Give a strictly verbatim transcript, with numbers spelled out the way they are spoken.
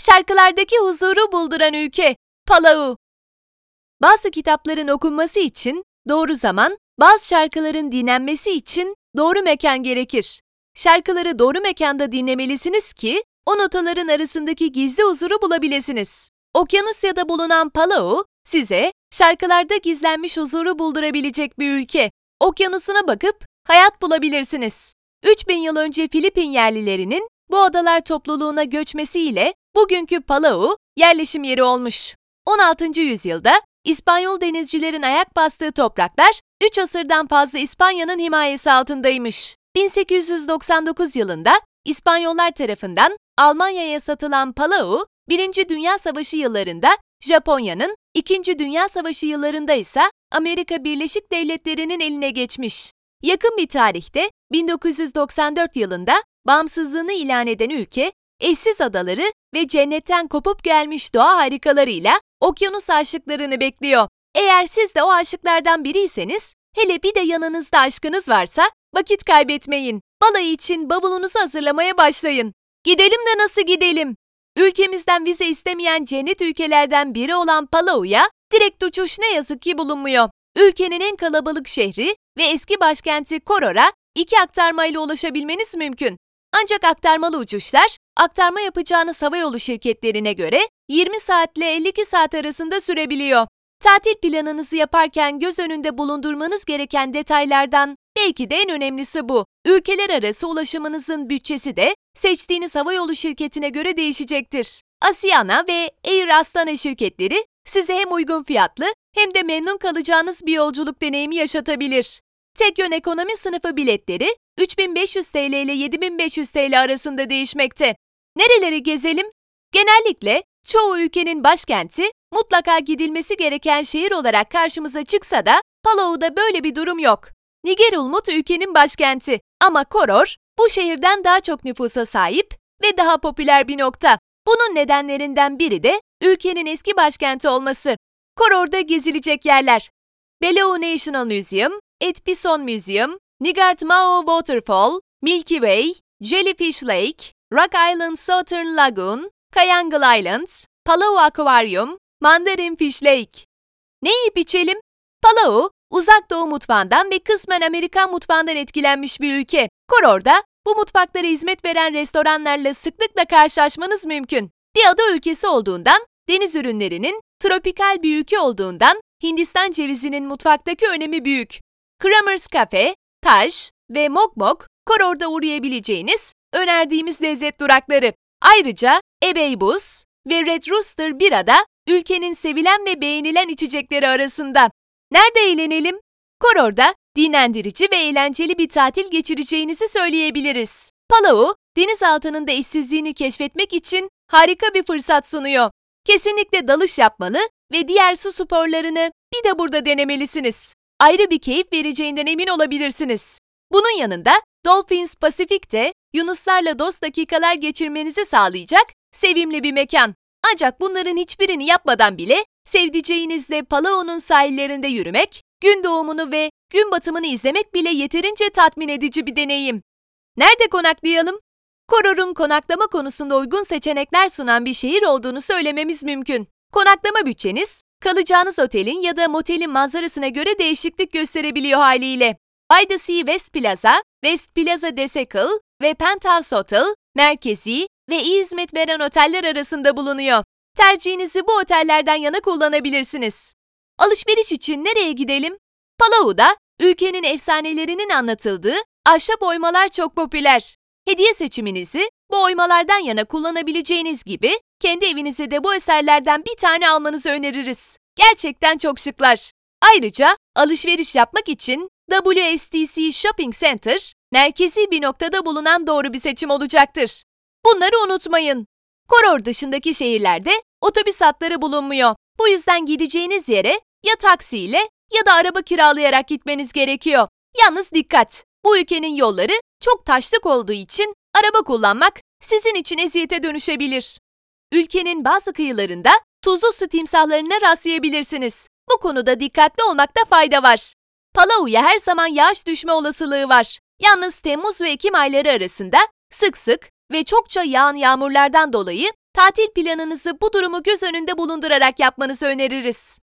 şarkılardaki huzuru bulduran ülke, Palau. Bazı kitapların okunması için doğru zaman, bazı şarkıların dinlenmesi için doğru mekan gerekir. Şarkıları doğru mekanda dinlemelisiniz ki o notaların arasındaki gizli huzuru bulabilirsiniz. Okyanusya'da bulunan Palau, size şarkılarda gizlenmiş huzuru buldurabilecek bir ülke. Okyanusuna bakıp hayat bulabilirsiniz. üç bin yıl önce Filipin yerlilerinin bu adalar topluluğuna göçmesiyle bugünkü Palau yerleşim yeri olmuş. on altıncı yüzyılda İspanyol denizcilerin ayak bastığı topraklar üç asırdan fazla İspanya'nın himayesi altındaymış. bin sekiz yüz doksan dokuz yılında İspanyollar tarafından Almanya'ya satılan Palau, Birinci Dünya Savaşı yıllarında Japonya'nın, İkinci Dünya Savaşı yıllarında ise Amerika Birleşik Devletleri'nin eline geçmiş. Yakın bir tarihte bin dokuz yüz doksan dört yılında bağımsızlığını ilan eden ülke, eşsiz adaları ve cennetten kopup gelmiş doğa harikalarıyla okyanus aşıklarını bekliyor. Eğer siz de o aşıklardan biriyseniz, hele bir de yanınızda aşkınız varsa vakit kaybetmeyin. Balayı için bavulunuzu hazırlamaya başlayın. Gidelim de nasıl gidelim? Ülkemizden vize istemeyen cennet ülkelerden biri olan Palau'ya direkt uçuş ne yazık ki bulunmuyor. Ülkenin en kalabalık şehri ve eski başkenti Koror'a iki aktarmayla ulaşabilmeniz mümkün. Ancak aktarmalı uçuşlar, aktarma yapacağınız havayolu şirketlerine göre yirmi saatle elli iki saat arasında sürebiliyor. Tatil planınızı yaparken göz önünde bulundurmanız gereken detaylardan belki de en önemlisi bu. Ülkeler arası ulaşımınızın bütçesi de seçtiğiniz havayolu şirketine göre değişecektir. Asiana ve Air Astana şirketleri size hem uygun fiyatlı hem de memnun kalacağınız bir yolculuk deneyimi yaşatabilir. Tek yön ekonomi sınıfı biletleri üç bin beş yüz TL ile yedi bin beş yüz TL arasında değişmekte. Nereleri gezelim? Genellikle çoğu ülkenin başkenti mutlaka gidilmesi gereken şehir olarak karşımıza çıksa da Palau'da böyle bir durum yok. Nigerulmud ülkenin başkenti ama Koror bu şehirden daha çok nüfusa sahip ve daha popüler bir nokta. Bunun nedenlerinden biri de ülkenin eski başkenti olması. Koror'da gezilecek yerler: Belau National Museum, Ed Bison Museum, Nigart Mao Waterfall, Milky Way, Jellyfish Lake, Rock Island Southern Lagoon, Kayangal Islands, Palau Aquarium, Mandarin Fish Lake. Ne yiyip içelim? Palau, Uzak Doğu mutfağından ve kısmen Amerikan mutfağından etkilenmiş bir ülke. Koror'da bu mutfaklara hizmet veren restoranlarla sıklıkla karşılaşmanız mümkün. Bir ada ülkesi olduğundan, deniz ürünlerinin tropikal bir ülke olduğundan Hindistan cevizinin mutfaktaki önemi büyük. Cramer's Cafe, Taj ve Mok Mok, Koror'da uğrayabileceğiniz önerdiğimiz lezzet durakları. Ayrıca Ebey Buz ve Red Rooster Bira da ülkenin sevilen ve beğenilen içecekleri arasında. Nerede eğlenelim? Koror'da dinlendirici ve eğlenceli bir tatil geçireceğinizi söyleyebiliriz. Palau, deniz altının da eşsizliğini keşfetmek için harika bir fırsat sunuyor. Kesinlikle dalış yapmalı ve diğer su sporlarını bir de burada denemelisiniz. Ayrı bir keyif vereceğinden emin olabilirsiniz. Bunun yanında Dolphins Pacific'te yunuslarla dost dakikalar geçirmenizi sağlayacak sevimli bir mekan. Ancak bunların hiçbirini yapmadan bile sevdiceğinizle Palau'nun sahillerinde yürümek, gün doğumunu ve gün batımını izlemek bile yeterince tatmin edici bir deneyim. Nerede konaklayalım? Koror'un konaklama konusunda uygun seçenekler sunan bir şehir olduğunu söylememiz mümkün. Konaklama bütçeniz, kalacağınız otelin ya da motelin manzarasına göre değişiklik gösterebiliyor haliyle. By the Sea West Plaza, West Plaza Desecal ve Penthouse Hotel, merkezi ve iyi hizmet veren oteller arasında bulunuyor. Tercihinizi bu otellerden yana kullanabilirsiniz. Alışveriş için nereye gidelim? Palau'da ülkenin efsanelerinin anlatıldığı ahşap oymalar çok popüler. Hediye seçiminizi bu oymalardan yana kullanabileceğiniz gibi kendi evinize de bu eserlerden bir tane almanızı öneririz. Gerçekten çok şıklar. Ayrıca alışveriş yapmak için W S T C Shopping Center, merkezi bir noktada bulunan doğru bir seçim olacaktır. Bunları unutmayın. Koror dışındaki şehirlerde otobüs hatları bulunmuyor. Bu yüzden gideceğiniz yere ya taksiyle ya da araba kiralayarak gitmeniz gerekiyor. Yalnız dikkat! Bu ülkenin yolları çok taşlık olduğu için araba kullanmak sizin için eziyete dönüşebilir. Ülkenin bazı kıyılarında tuzlu su timsahlarına rastlayabilirsiniz. Bu konuda dikkatli olmakta fayda var. Palau'ya her zaman yağış düşme olasılığı var. Yalnız Temmuz ve Ekim ayları arasında sık sık ve çokça yağan yağmurlardan dolayı Tatil planınızı bu durumu göz önünde bulundurarak yapmanızı öneririz.